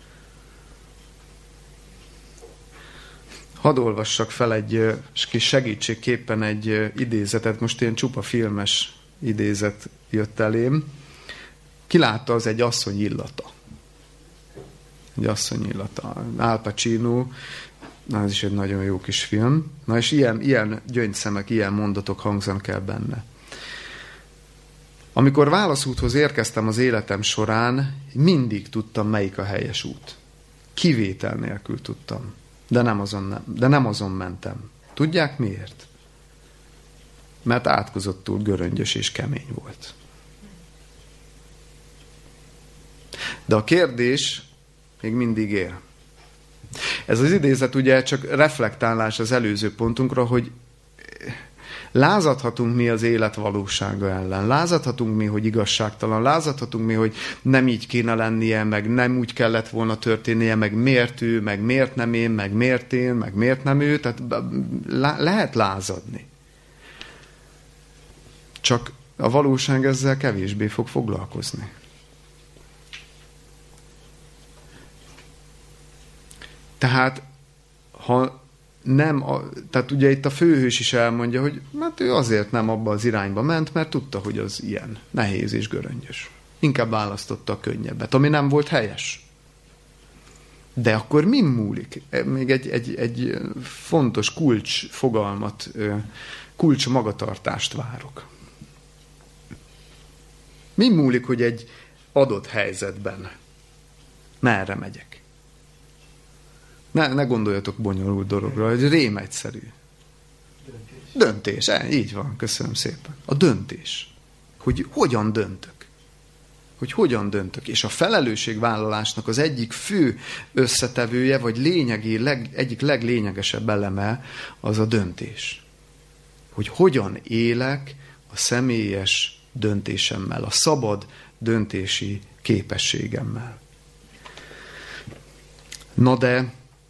Hadd olvassak fel egy kis segítségképpen egy idézetet, most ilyen csupa filmes idézet jött elém. Ki látta, az egy asszony illata. Egy asszony illata. Al Pacino, na, ez is egy nagyon jó kis film. Na és ilyen, ilyen gyöngyszemek, ilyen mondatok hangzanak el benne. Amikor válaszúthoz érkeztem az életem során, mindig tudtam, melyik a helyes út. Kivétel nélkül tudtam. De nem azon, nem, de nem azon mentem. Tudják miért? Mert átkozottul göröngyös és kemény volt. De a kérdés még mindig él. Ez az idézet ugye csak reflektálás az előző pontunkra, hogy lázadhatunk mi az élet valósága ellen. Lázadhatunk mi, hogy igazságtalan. Lázadhatunk mi, hogy nem így kéne lennie, meg nem úgy kellett volna történnie, meg miért ő, meg miért nem én, meg miért én, meg miért nem ő. Tehát lehet lázadni. Csak a valóság ezzel kevésbé fog foglalkozni. Tehát, ha nem, a, tehát ugye itt a főhős is elmondja, hogy hát ő azért nem abba az irányba ment, mert tudta, hogy az ilyen nehéz és göröngyös. Inkább választotta a könnyebbet, ami nem volt helyes. De akkor mi múlik? Még egy, egy, egy fontos kulcs fogalmat, kulcs magatartást várok. Mi múlik, hogy egy adott helyzetben merre megyek? Ne, ne gondoljatok bonyolult dologra, egy rém egyszerű. Döntés. Döntés, eh, így van, köszönöm szépen. A döntés. Hogy hogyan döntök. Hogy hogyan döntök. És a felelősségvállalásnak az egyik fő összetevője, vagy lényegi, leg, egyik leglényegesebb eleme az a döntés. Hogy hogyan élek a személyes döntésemmel, a szabad döntési képességemmel. Na de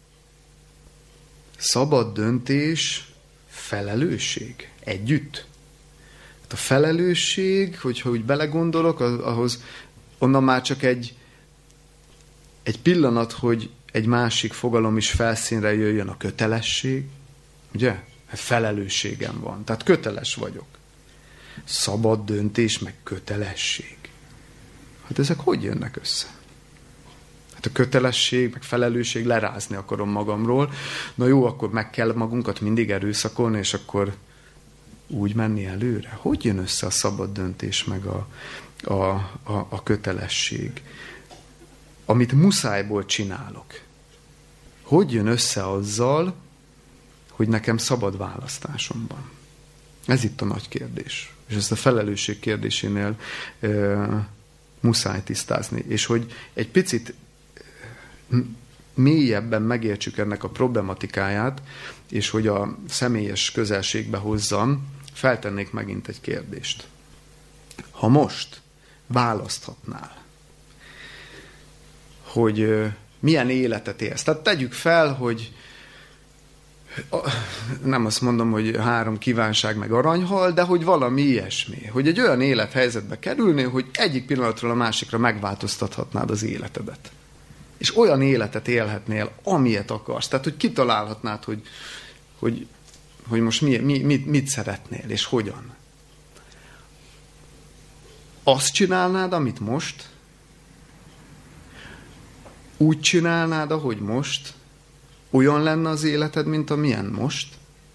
szabad döntés, felelősség együtt. A felelősség, hogyha úgy belegondolok, ahhoz onnan már csak egy, egy pillanat, hogy egy másik fogalom is felszínre jöjjön, a kötelesség. Ugye? Hát felelősségem van. Tehát köteles vagyok. Szabad döntés, meg kötelesség. Hát ezek hogy jönnek össze? Hát a kötelesség, meg felelősség, lerázni akarom magamról. Na jó, akkor meg kell magunkat mindig erőszakolni, és akkor úgy menni előre. Hogy jön össze a szabad döntés, meg a, a, a, a kötelesség? Amit muszájból csinálok. Hogy jön össze azzal, hogy nekem szabad választásom van? Ez itt a nagy kérdés. És ezt a felelősség kérdésénél e, muszáj tisztázni. És hogy egy picit mélyebben megértsük ennek a problematikáját, és hogy a személyes közelségbe hozzam, feltennék megint egy kérdést. Ha most választhatnál, hogy milyen életet élsz. Tehát tegyük fel, hogy nem azt mondom, hogy három kívánság meg aranyhal, de hogy valami ilyesmi. Hogy egy olyan élethelyzetbe kerülnél, hogy egyik pillanatról a másikra megváltoztathatnád az életedet. És olyan életet élhetnél, amilyet akarsz. Tehát, hogy kitalálhatnád, hogy, hogy, hogy most mi, mi, mit, mit szeretnél, és hogyan. Azt csinálnád, amit most? Úgy csinálnád, ahogy most? Olyan lenne az életed, mint amilyen most?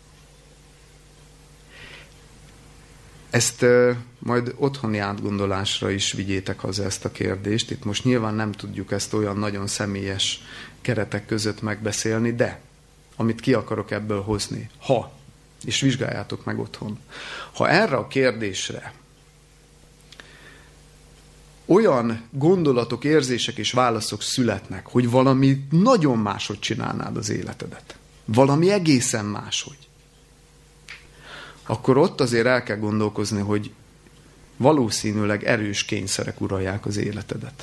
Ezt uh, majd otthoni átgondolásra is vigyétek haza ezt a kérdést. Itt most nyilván nem tudjuk ezt olyan nagyon személyes keretek között megbeszélni, de amit ki akarok ebből hozni, ha, és vizsgáljátok meg otthon, ha erre a kérdésre olyan gondolatok, érzések és válaszok születnek, hogy valami nagyon máshogy csinálnád az életedet. Valami egészen máshogy. Akkor ott azért el kell gondolkozni, hogy valószínűleg erős kényszerek uralják az életedet.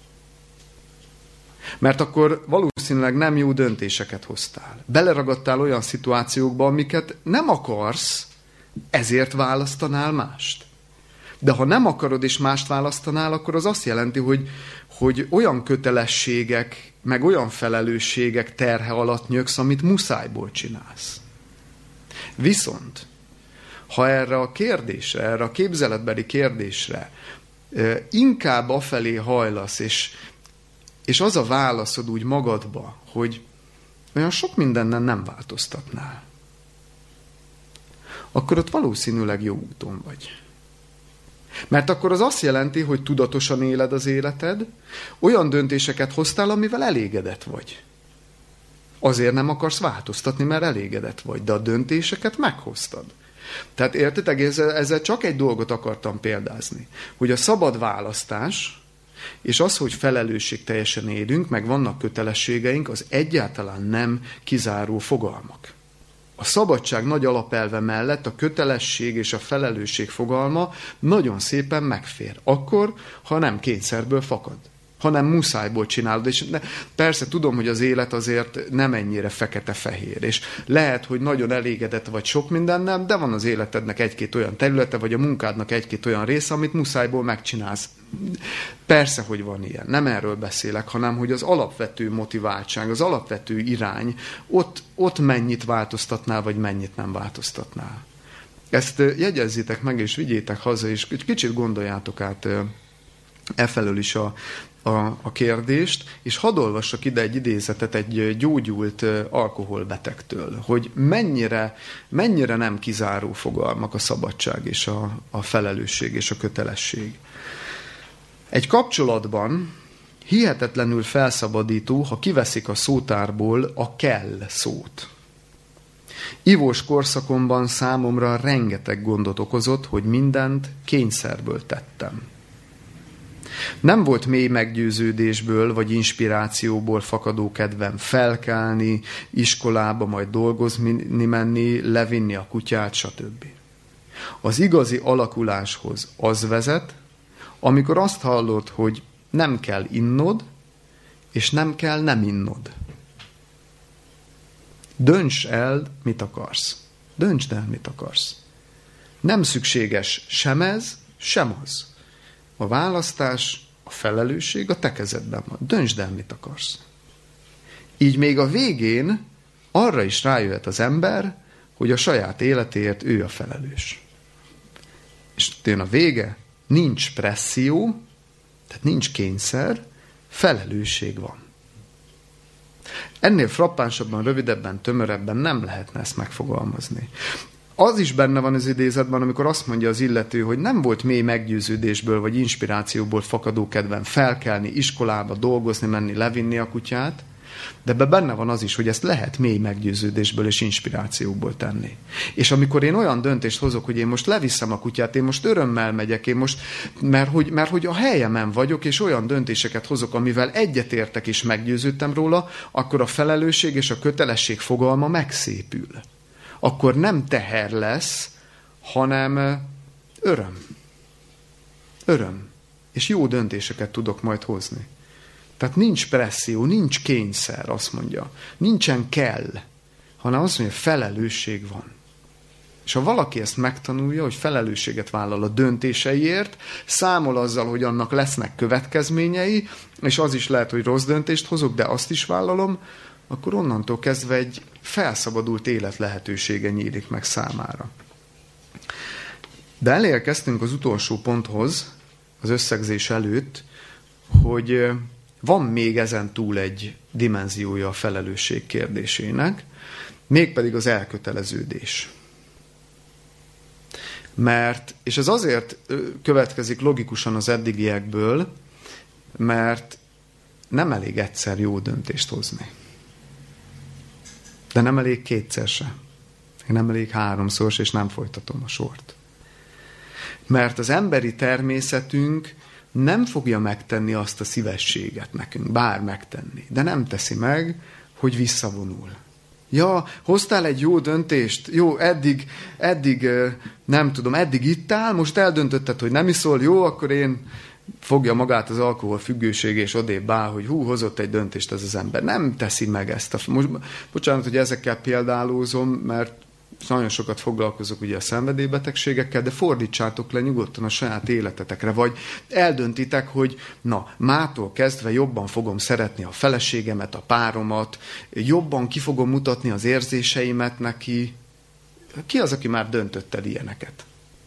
Mert akkor valószínűleg nem jó döntéseket hoztál. Beleragadtál olyan szituációkba, amiket nem akarsz, ezért választanál mást. De ha nem akarod és mást választanál, akkor az azt jelenti, hogy, hogy olyan kötelességek, meg olyan felelősségek terhe alatt nyöksz, amit muszájból csinálsz. Viszont, ha erre a kérdésre, erre a képzeletbeli kérdésre inkább afelé hajlasz, és, és az a válaszod úgy magadba, hogy olyan sok mindenen nem változtatnál, akkor ott valószínűleg jó úton vagy. Mert akkor az azt jelenti, hogy tudatosan éled az életed, olyan döntéseket hoztál, amivel elégedett vagy. Azért nem akarsz változtatni, mert elégedett vagy, de a döntéseket meghoztad. Tehát értitek, ezzel, ezzel csak egy dolgot akartam példázni, hogy a szabad választás, és az, hogy felelősségteljesen élünk, meg vannak kötelességeink, az egyáltalán nem kizáró fogalmak. A szabadság nagy alapelve mellett a kötelesség és a felelősség fogalma nagyon szépen megfér. Akkor, ha nem kényszerből fakad. hanem muszájból csinálod. És persze tudom, hogy az élet azért nem ennyire fekete-fehér, és lehet, hogy nagyon elégedett vagy sok mindennel, de van az életednek egy-két olyan területe, vagy a munkádnak egy-két olyan része, amit muszájból megcsinálsz. Persze, hogy van ilyen. Nem erről beszélek, hanem hogy az alapvető motiváltság, az alapvető irány, ott, ott mennyit változtatnál, vagy mennyit nem változtatnál. Ezt jegyezzétek meg, és vigyétek haza, és kicsit gondoljátok át efelől is a, a, a kérdést, és hadd olvassak ide egy idézetet egy gyógyult alkoholbetegtől, hogy mennyire, mennyire nem kizáró fogalmak a szabadság és a, a felelősség és a kötelesség. Egy kapcsolatban hihetetlenül felszabadító, ha kiveszik a szótárból a kell szót. Ivós korszakomban számomra rengeteg gondot okozott, hogy mindent kényszerből tettem. Nem volt mély meggyőződésből vagy inspirációból fakadó kedvem felkelni, iskolába, majd dolgozni menni, levinni a kutyát, stb. Az igazi alakuláshoz az vezet, amikor azt hallod, hogy nem kell innod, és nem kell nem innod. Dönts el, mit akarsz. Döntsd el, mit akarsz. Nem szükséges sem ez, sem az. A választás, a felelősség a te kezedben van. Döntsd el, mit akarsz. Így még a végén arra is rájöhet az ember, hogy a saját életéért ő a felelős. És jön a vége, nincs presszió, tehát nincs kényszer, felelősség van. Ennél frappánsabban, rövidebben, tömörebben nem lehetne ezt megfogalmazni. Az is benne van az idézetben, amikor azt mondja az illető, hogy nem volt mély meggyőződésből vagy inspirációból fakadó kedvem felkelni, iskolába, dolgozni, menni, levinni a kutyát, de ebben benne van az is, hogy ezt lehet mély meggyőződésből és inspirációból tenni. És amikor én olyan döntést hozok, hogy én most leviszem a kutyát, én most örömmel megyek, én most, mert hogy, mert hogy a helyemen vagyok, és olyan döntéseket hozok, amivel egyetértek és meggyőződtem róla, akkor a felelősség és a kötelesség fogalma megszépül. Akkor nem teher lesz, hanem öröm. Öröm. És jó döntéseket tudok majd hozni. Tehát nincs presszió, nincs kényszer, azt mondja. Nincsen kell, hanem azt mondja, felelősség van. És ha valaki ezt megtanulja, hogy felelősséget vállal a döntéseiért, számol azzal, hogy annak lesznek következményei, és az is lehet, hogy rossz döntést hozok, de azt is vállalom, akkor onnantól kezdve egy felszabadult élet lehetősége nyílik meg számára. De elérkeztünk az utolsó ponthoz, az összegzés előtt, hogy van még ezen túl egy dimenziója a felelősség kérdésének, mégpedig az elköteleződés. Mert, és ez azért következik logikusan az eddigiekből, mert nem elég egyszer jó döntést hozni. De nem elég kétszer se. Nem elég háromszor, és nem folytatom a sort. Mert az emberi természetünk nem fogja megtenni azt a szívességet nekünk, bár megtenni, de nem teszi meg, hogy visszavonul. Ja, hoztál egy jó döntést, jó, eddig, eddig, nem tudom, eddig ittál, most eldöntötted, hogy nem iszol, jó, akkor én fogja magát az alkohol függőség, és odébb áll, hogy hú, hozott egy döntést ez az ember. Nem teszi meg ezt. A, most, bocsánat, hogy ezekkel példálózom, mert nagyon sokat foglalkozok ugye a szenvedélybetegségekkel, de fordítsátok le nyugodtan a saját életetekre, vagy eldöntitek, hogy na, mától kezdve jobban fogom szeretni a feleségemet, a páromat, jobban ki fogom mutatni az érzéseimet neki. Ki az, aki már döntött el ilyeneket?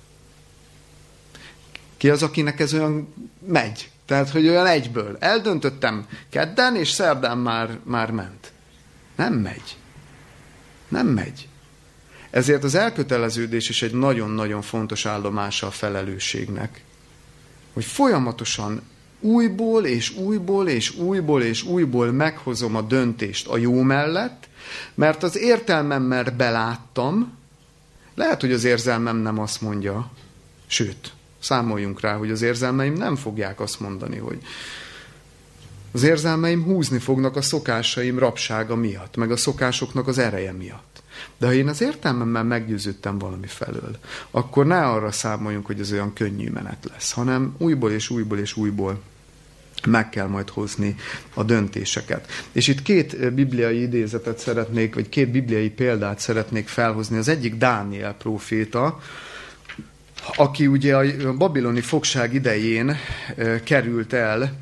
Ki az, akinek ez olyan megy? Tehát, hogy olyan egyből. Eldöntöttem kedden, és szerdán már, már ment. Nem megy. Nem megy. Ezért az elköteleződés is egy nagyon-nagyon fontos állomása a felelősségnek. Hogy folyamatosan újból és újból és újból és újból meghozom a döntést a jó mellett, mert az értelmemmel beláttam, lehet, hogy az érzelmem nem azt mondja, sőt, számoljunk rá, hogy az érzelmeim nem fogják azt mondani, hogy az érzelmeim húzni fognak a szokásaim rabsága miatt, meg a szokásoknak az ereje miatt. De ha én az értelmemmel meggyőződtem valami felől, akkor ne arra számoljunk, hogy ez olyan könnyű menet lesz, hanem újból és újból és újból meg kell majd hozni a döntéseket. És itt két bibliai idézetet szeretnék, vagy két bibliai példát szeretnék felhozni. Az egyik Dániel próféta, aki ugye a babiloni fogság idején került el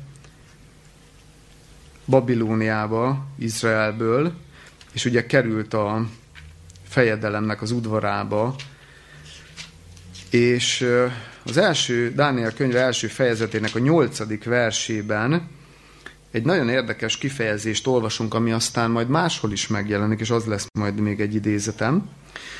Babilóniába, Izraelből, és ugye került a fejedelemnek az udvarába, és az első, Dániel könyve első fejezetének a nyolcadik versében egy nagyon érdekes kifejezést olvasunk, ami aztán majd máshol is megjelenik, és az lesz majd még egy idézetem.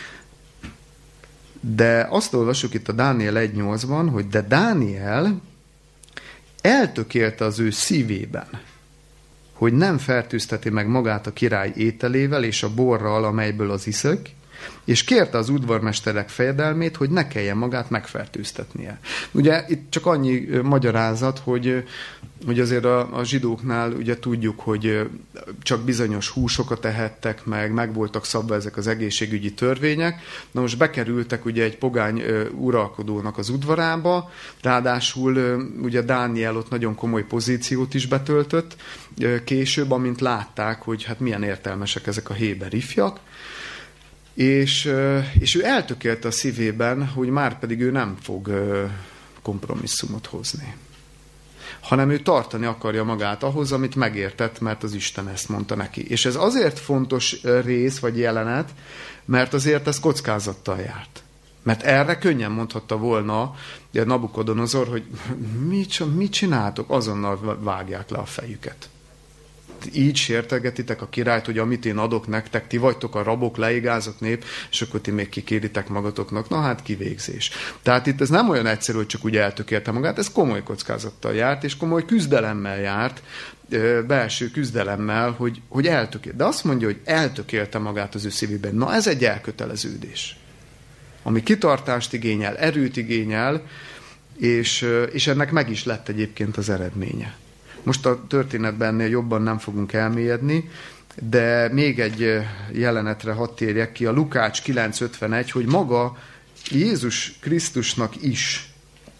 De azt olvasjuk itt a Dániel egy nyolcban, hogy de Dániel eltökélte az ő szívében, hogy nem fertőzteti meg magát a király ételével és a borral, amelyből az iszök, és kérte az udvarmesterek fejedelmét, hogy ne kelljen magát megfertőztetnie. Ugye itt csak annyi magyarázat, hogy, hogy azért a, a zsidóknál ugye tudjuk, hogy csak bizonyos húsokat ehettek meg, meg voltak szabva ezek az egészségügyi törvények. Na most bekerültek ugye egy pogány uralkodónak az udvarába, ráadásul ugye Dániel ott nagyon komoly pozíciót is betöltött később, amint látták, hogy hát milyen értelmesek ezek a héber ifjak. És, és ő eltökélte a szívében, hogy már pedig ő nem fog kompromisszumot hozni, hanem ő tartani akarja magát ahhoz, amit megértett, mert az Isten ezt mondta neki. És ez azért fontos rész vagy jelenet, mert azért ez kockázattal járt. Mert erre könnyen mondhatta volna Nabukodonozor, hogy mit, mit csináltok, azonnal vágják le a fejüket. Így sértegetitek a királyt, hogy amit én adok nektek, ti vagytok a rabok, leigázott nép, és akkor ti még kikéritek magatoknak. Na hát kivégzés. Tehát itt ez nem olyan egyszerű, hogy csak úgy eltökélte magát, ez komoly kockázattal járt, és komoly küzdelemmel járt, belső küzdelemmel, hogy, hogy eltökélt. De azt mondja, hogy eltökélte magát az ő szívében. Na ez egy elköteleződés, ami kitartást igényel, erőt igényel, és, és ennek meg is lett egyébként az eredménye. Most a történetben ennél jobban nem fogunk elmélyedni, de még egy jelenetre hadd térjek ki, a Lukács kilenc ötvenegy, hogy maga Jézus Krisztusnak is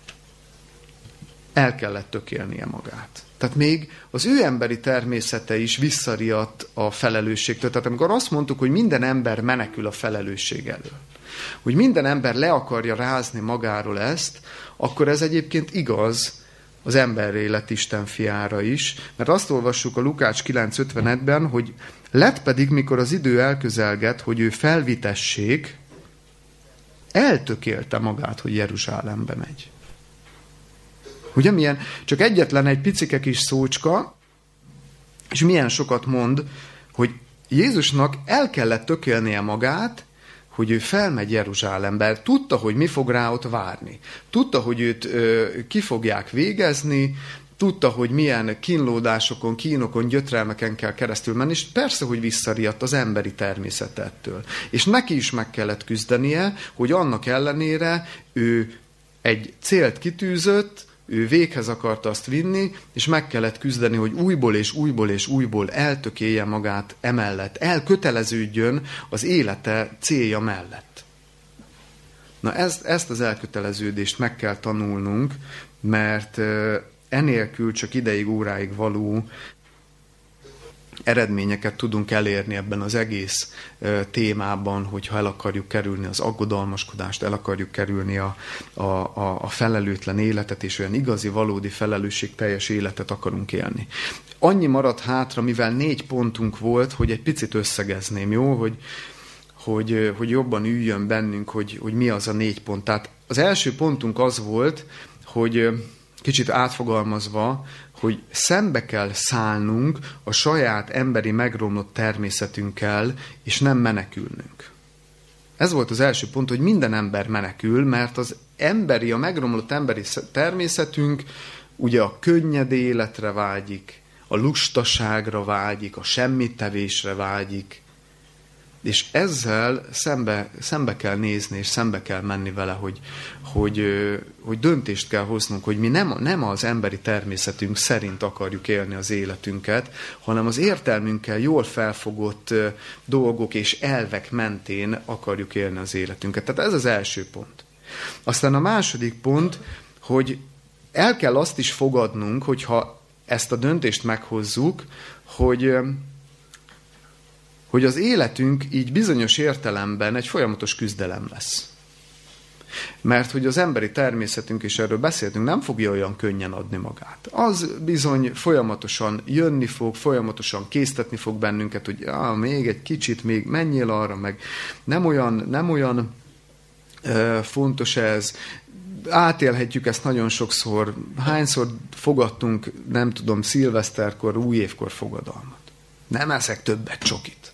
el kellett tökélnie magát. Tehát még az ő emberi természete is visszariadt a felelősségtől. Tehát amikor azt mondtuk, hogy minden ember menekül a felelősség elől, hogy minden ember le akarja rázni magáról ezt, akkor ez egyébként igaz az emberré lett Isten fiára is, mert azt olvassuk a Lukács kilenc ötvenegyben, hogy lett pedig, mikor az idő elközelgett, hogy ő felvitessék, eltökélte magát, hogy Jeruzsálembe megy. Ugye milyen? Csak egyetlen egy picike kis szócska, és milyen sokat mond, hogy Jézusnak el kellett tökélnie magát, hogy ő felmegy Jeruzsálembe. Tudta, hogy mi fog rá ott várni. Tudta, hogy őt ö, ki fogják végezni, tudta, hogy milyen kínlódásokon, kínokon, gyötrelmeken kell keresztül menni, és persze, hogy visszariadt az emberi természetettől. És neki is meg kellett küzdenie, hogy annak ellenére ő egy célt kitűzött, ő véghez akarta azt vinni, és meg kellett küzdeni, hogy újból és újból és újból eltökélje magát emellett, elköteleződjön az élete célja mellett. Na ezt, ezt az elköteleződést meg kell tanulnunk, mert enélkül csak ideig, óráig való eredményeket tudunk elérni ebben az egész témában, hogyha el akarjuk kerülni az aggodalmaskodást, el akarjuk kerülni a, a, a, a felelőtlen életet, és olyan igazi, valódi felelősségteljes életet akarunk élni. Annyi maradt hátra, mivel négy pontunk volt, hogy egy picit összegezném, jó? Hogy, hogy, hogy jobban üljön bennünk, hogy, hogy mi az a négy pont. Tehát az első pontunk az volt, hogy kicsit átfogalmazva, hogy szembe kell szállnunk a saját emberi megromlott természetünkkel, és nem menekülnünk. Ez volt az első pont, hogy minden ember menekül, mert az emberi, a megromlott emberi természetünk ugye a könnyed életre vágyik, a lustaságra vágyik, a semmittevésre vágyik, és ezzel szembe, szembe kell nézni, és szembe kell menni vele, hogy, hogy, hogy döntést kell hoznunk, hogy mi nem, nem az emberi természetünk szerint akarjuk élni az életünket, hanem az értelmünkkel jól felfogott dolgok és elvek mentén akarjuk élni az életünket. Tehát ez az első pont. Aztán a második pont, hogy el kell azt is fogadnunk, hogyha ezt a döntést meghozzuk, hogy, hogy az életünk így bizonyos értelemben egy folyamatos küzdelem lesz. Mert hogy az emberi természetünk, és erről beszéltünk, nem fogja olyan könnyen adni magát. Az bizony folyamatosan jönni fog, folyamatosan késztetni fog bennünket, hogy ah, még egy kicsit, még menjél arra, meg nem olyan, nem olyan uh, fontos ez, átélhetjük ezt nagyon sokszor. Hányszor fogadtunk, nem tudom, szilveszterkor, újévkor fogadalmat. Nem eszek többet csokit.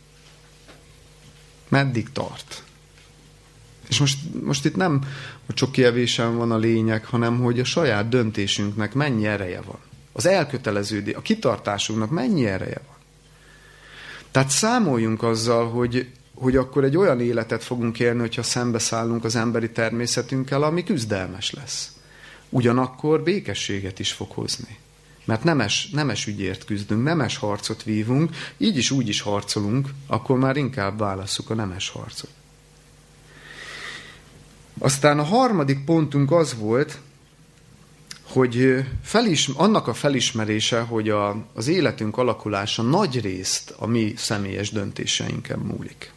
Meddig tart? És most, most itt nem a csoki evésen van a lényeg, hanem hogy a saját döntésünknek mennyi ereje van. Az elköteleződés, a kitartásunknak mennyi ereje van. Tehát számoljunk azzal, hogy, hogy akkor egy olyan életet fogunk élni, hogyha szembeszállunk az emberi természetünkkel, ami küzdelmes lesz. Ugyanakkor békességet is fog hozni. Mert nemes, nemes ügyért küzdünk, nemes harcot vívunk, így is úgy is harcolunk, akkor már inkább válasszuk a nemes harcot. Aztán a harmadik pontunk az volt, hogy felis, annak a felismerése, hogy a, az életünk alakulása nagy részt a mi személyes döntéseinken múlik.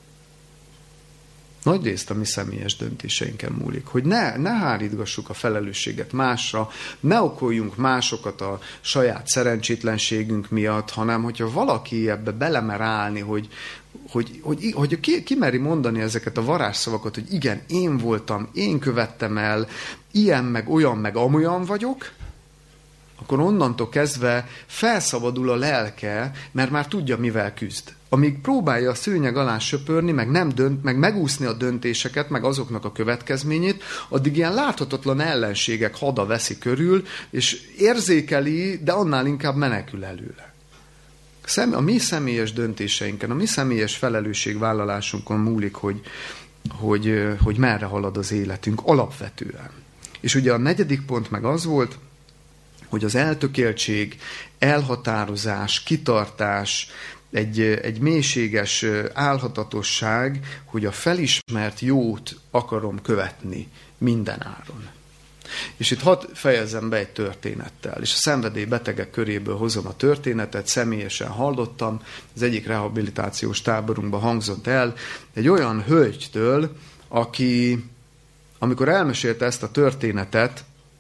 Nagy részt a mi személyes döntéseinken múlik. Hogy ne, ne hárítgassuk a felelősséget másra, ne okoljunk másokat a saját szerencsétlenségünk miatt, hanem hogyha valaki ebbe belemer állni, hogy, hogy, hogy, hogy ki, ki meri mondani ezeket a varázsszavakat, hogy igen, én voltam, én követtem el, ilyen meg olyan meg amolyan vagyok, akkor onnantól kezdve felszabadul a lelke, mert már tudja, mivel küzd. Amíg próbálja a szőnyeg alá söpörni, meg, nem dönt, meg megúszni a döntéseket, meg azoknak a következményét, addig ilyen láthatatlan ellenségek hada veszi körül, és érzékeli, de annál inkább menekül előle. A mi személyes döntéseinken, a mi személyes felelősségvállalásunkon múlik, hogy, hogy, hogy merre halad az életünk alapvetően. És ugye a negyedik pont meg az volt, hogy az eltökéltség, elhatározás, kitartás, egy, egy mélységes álhatatosság, hogy a felismert jót akarom követni minden áron. És itt hadd fejezzem be egy történettel, és a szenvedélybetegek köréből hozom a történetet, személyesen hallottam, az egyik rehabilitációs táborunkban hangzott el, egy olyan hölgytől, aki, amikor elmesélte ezt a történetet,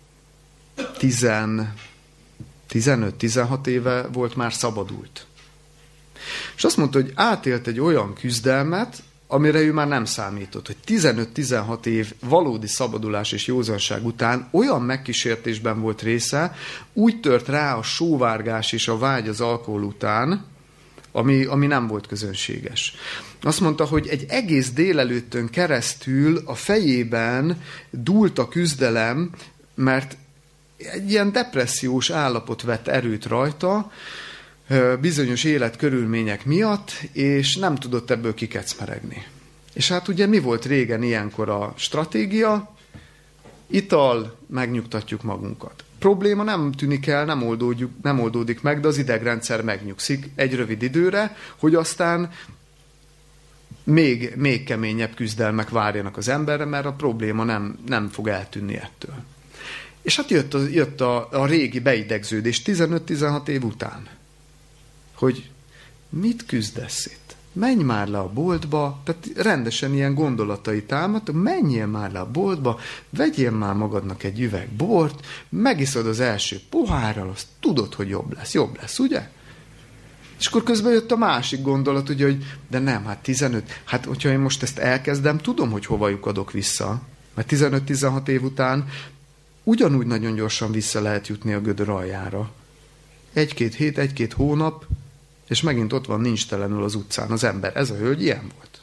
tizenöt-tizenhat éve volt, már szabadult. És azt mondta, hogy átélt egy olyan küzdelmet, amire ő már nem számított, hogy tizenöt-tizenhat év valódi szabadulás és józanság után olyan megkísértésben volt része, úgy tört rá a sóvárgás és a vágy az alkohol után, ami, ami nem volt közönséges. Azt mondta, hogy egy egész délelőttön keresztül a fejében dúlt a küzdelem, mert egy ilyen depressziós állapot vett erőt rajta, bizonyos életkörülmények miatt, és nem tudott ebből kikecmeregni. És hát ugye mi volt régen ilyenkor a stratégia? Ital, megnyugtatjuk magunkat. Probléma nem tűnik el, nem, oldódjuk, nem oldódik meg, de az idegrendszer megnyugszik egy rövid időre, hogy aztán még, még keményebb küzdelmek várjanak az emberre, mert a probléma nem, nem fog eltűnni ettől. És hát jött a, jött a, a régi beidegződés tizenöt-tizenhat év után. Hogy mit küzdesz itt? Menj már le a boltba, tehát rendesen ilyen gondolatai támad, menjél már le a boltba, vegyél már magadnak egy üveg bort, megiszod az első pohárral, azt tudod, hogy jobb lesz, jobb lesz, ugye? És akkor közben jött a másik gondolat, ugye, hogy de nem, hát tizenöt, hát hogyha én most ezt elkezdem, tudom, hogy hova lyukadok vissza, mert tizenöt-tizenhat év után ugyanúgy nagyon gyorsan vissza lehet jutni a gödör aljára. Egy-két hét, egy-két hónap, és megint ott van nincstelenül az utcán az ember. Ez a hölgy ilyen volt.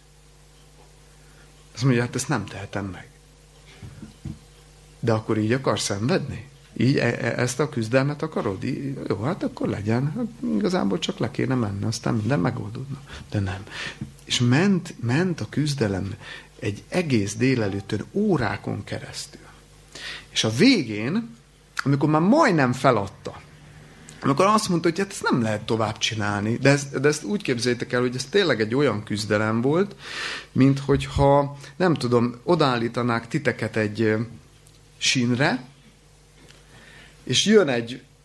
Azt mondja, hát ezt nem tehetem meg. De akkor így akar szenvedni? Így e- e- ezt a küzdelmet akarod? Így, jó, hát akkor legyen. Hát igazából csak le kéne menni, aztán minden megoldódna. De nem. És ment, ment a küzdelem egy egész délelőttön, órákon keresztül. És a végén, amikor már majdnem feladta, amikor azt mondta, hogy hát ezt nem lehet tovább csinálni, de ezt, de ezt úgy képzeljétek el, hogy ez tényleg egy olyan küzdelem volt, mint hogyha, nem tudom, odaállítanák titeket egy sínre, és jön egy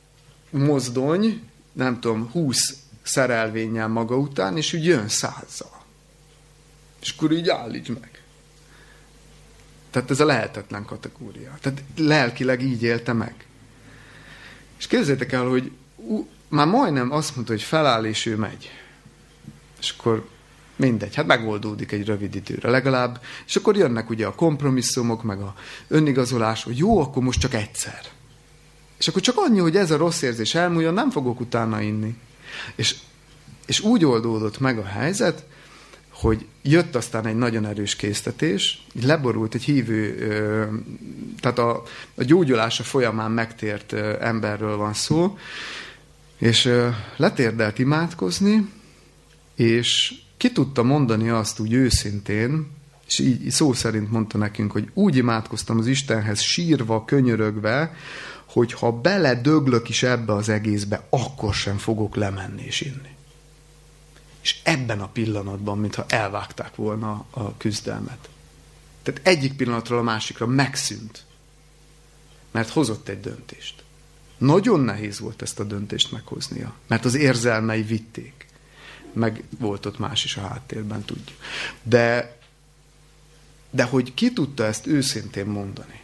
mozdony, nem tudom, húsz szerelvénnyel maga után, és úgy jön százzal. És akkor így állíts meg. Tehát ez a lehetetlen kategória. Tehát lelkileg így élte meg. És képzeljétek el, hogy ú, már majdnem azt mondta, hogy feláll, és ő megy. És akkor mindegy, hát megoldódik egy rövid időre legalább, és akkor jönnek ugye a kompromisszumok, meg a önigazolás, hogy jó, akkor most csak egyszer. És akkor csak annyi, hogy ez a rossz érzés elmúljon, nem fogok utána inni. És, és úgy oldódott meg a helyzet, hogy jött aztán egy nagyon erős késztetés, leborult egy hívő, tehát a, a gyógyulása folyamán megtért emberről van szó, és letérdelt imádkozni, és ki tudta mondani azt úgy őszintén, és így szó szerint mondta nekünk, hogy úgy imádkoztam az Istenhez sírva, könyörögve, hogy ha beledöglök is ebbe az egészbe, akkor sem fogok lemenni és inni. És ebben a pillanatban, mintha elvágták volna a küzdelmet. Tehát egyik pillanatról a másikra megszűnt. Mert hozott egy döntést. Nagyon nehéz volt ezt a döntést meghoznia, mert az érzelmei vitték. Meg volt ott más is a háttérben, tudjuk. De, de hogy ki tudta ezt őszintén mondani.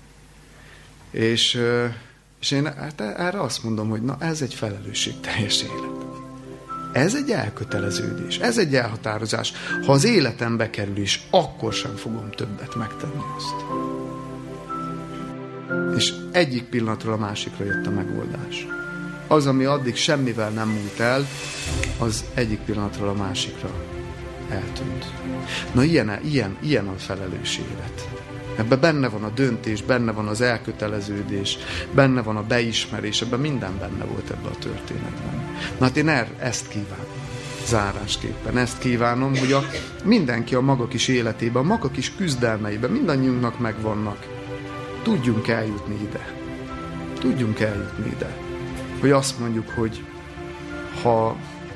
És, és én hát erre azt mondom, hogy na ez egy felelősségteljes élet. Ez egy elköteleződés, ez egy elhatározás. Ha az életembe kerül is, akkor sem fogom többet megtenni azt. És egyik pillanatról a másikra jött a megoldás. Az, ami addig semmivel nem múlt el, az egyik pillanatról a másikra eltűnt. Na ilyen, ilyen, ilyen a felelős élet. Ebben benne van a döntés, benne van az elköteleződés, benne van a beismerés, ebben minden benne volt ebben a történetben. Na hát én er, ezt kívánom, zárásképpen. Ezt kívánom, hogy a, mindenki a maga kis életében, a maga kis küzdelmeiben, mindannyiunknak megvannak. Tudjunk eljutni ide. Tudjunk eljutni ide. Hogy azt mondjuk, hogy ha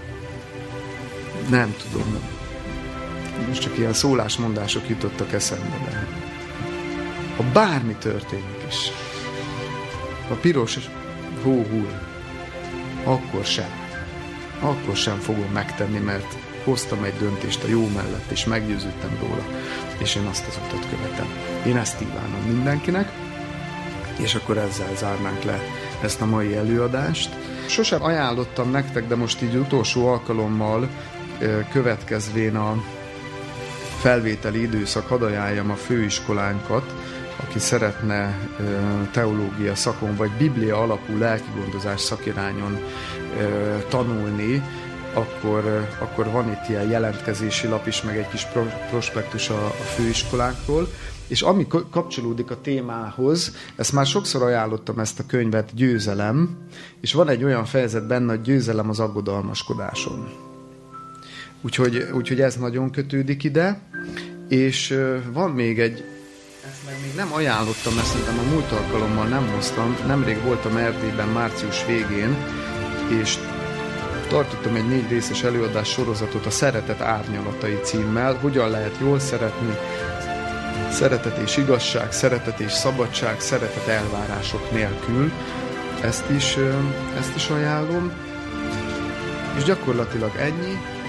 nem tudom, most csak ilyen szólásmondások jutottak eszembe, de ha bármi történik is, a piros hó hull, akkor sem. Akkor sem fogom megtenni, mert hoztam egy döntést a jó mellett, és meggyőződtem róla, és én azt az utat követem. Én ezt kívánom mindenkinek, és akkor ezzel zárnánk le ezt a mai előadást. Sosem ajánlottam nektek, de most így utolsó alkalommal következvén a felvételi időszak, hadd ajánljam a főiskolánkat, aki szeretne teológia szakon, vagy biblia alapú lelkigondozás szakirányon tanulni, akkor, akkor van itt ilyen jelentkezési lap is, meg egy kis prospektus a, a főiskolákról. És ami kapcsolódik a témához, ezt már sokszor ajánlottam, ezt a könyvet, Győzelem, és van egy olyan fejezet benne, hogy győzelem az aggodalmaskodáson. Úgyhogy, úgyhogy ez nagyon kötődik ide, és van még egy, ezt meg még nem ajánlottam, ezt szerintem a múlt alkalommal nem hoztam, nemrég voltam Erdélyben március végén, és tartottam egy négy részes előadás sorozatot a Szeretet árnyalatai címmel, hogyan lehet jól szeretni, szeretet és igazság, szeretet és szabadság, szeretet elvárások nélkül. Ezt is, ezt is ajánlom. És gyakorlatilag ennyi.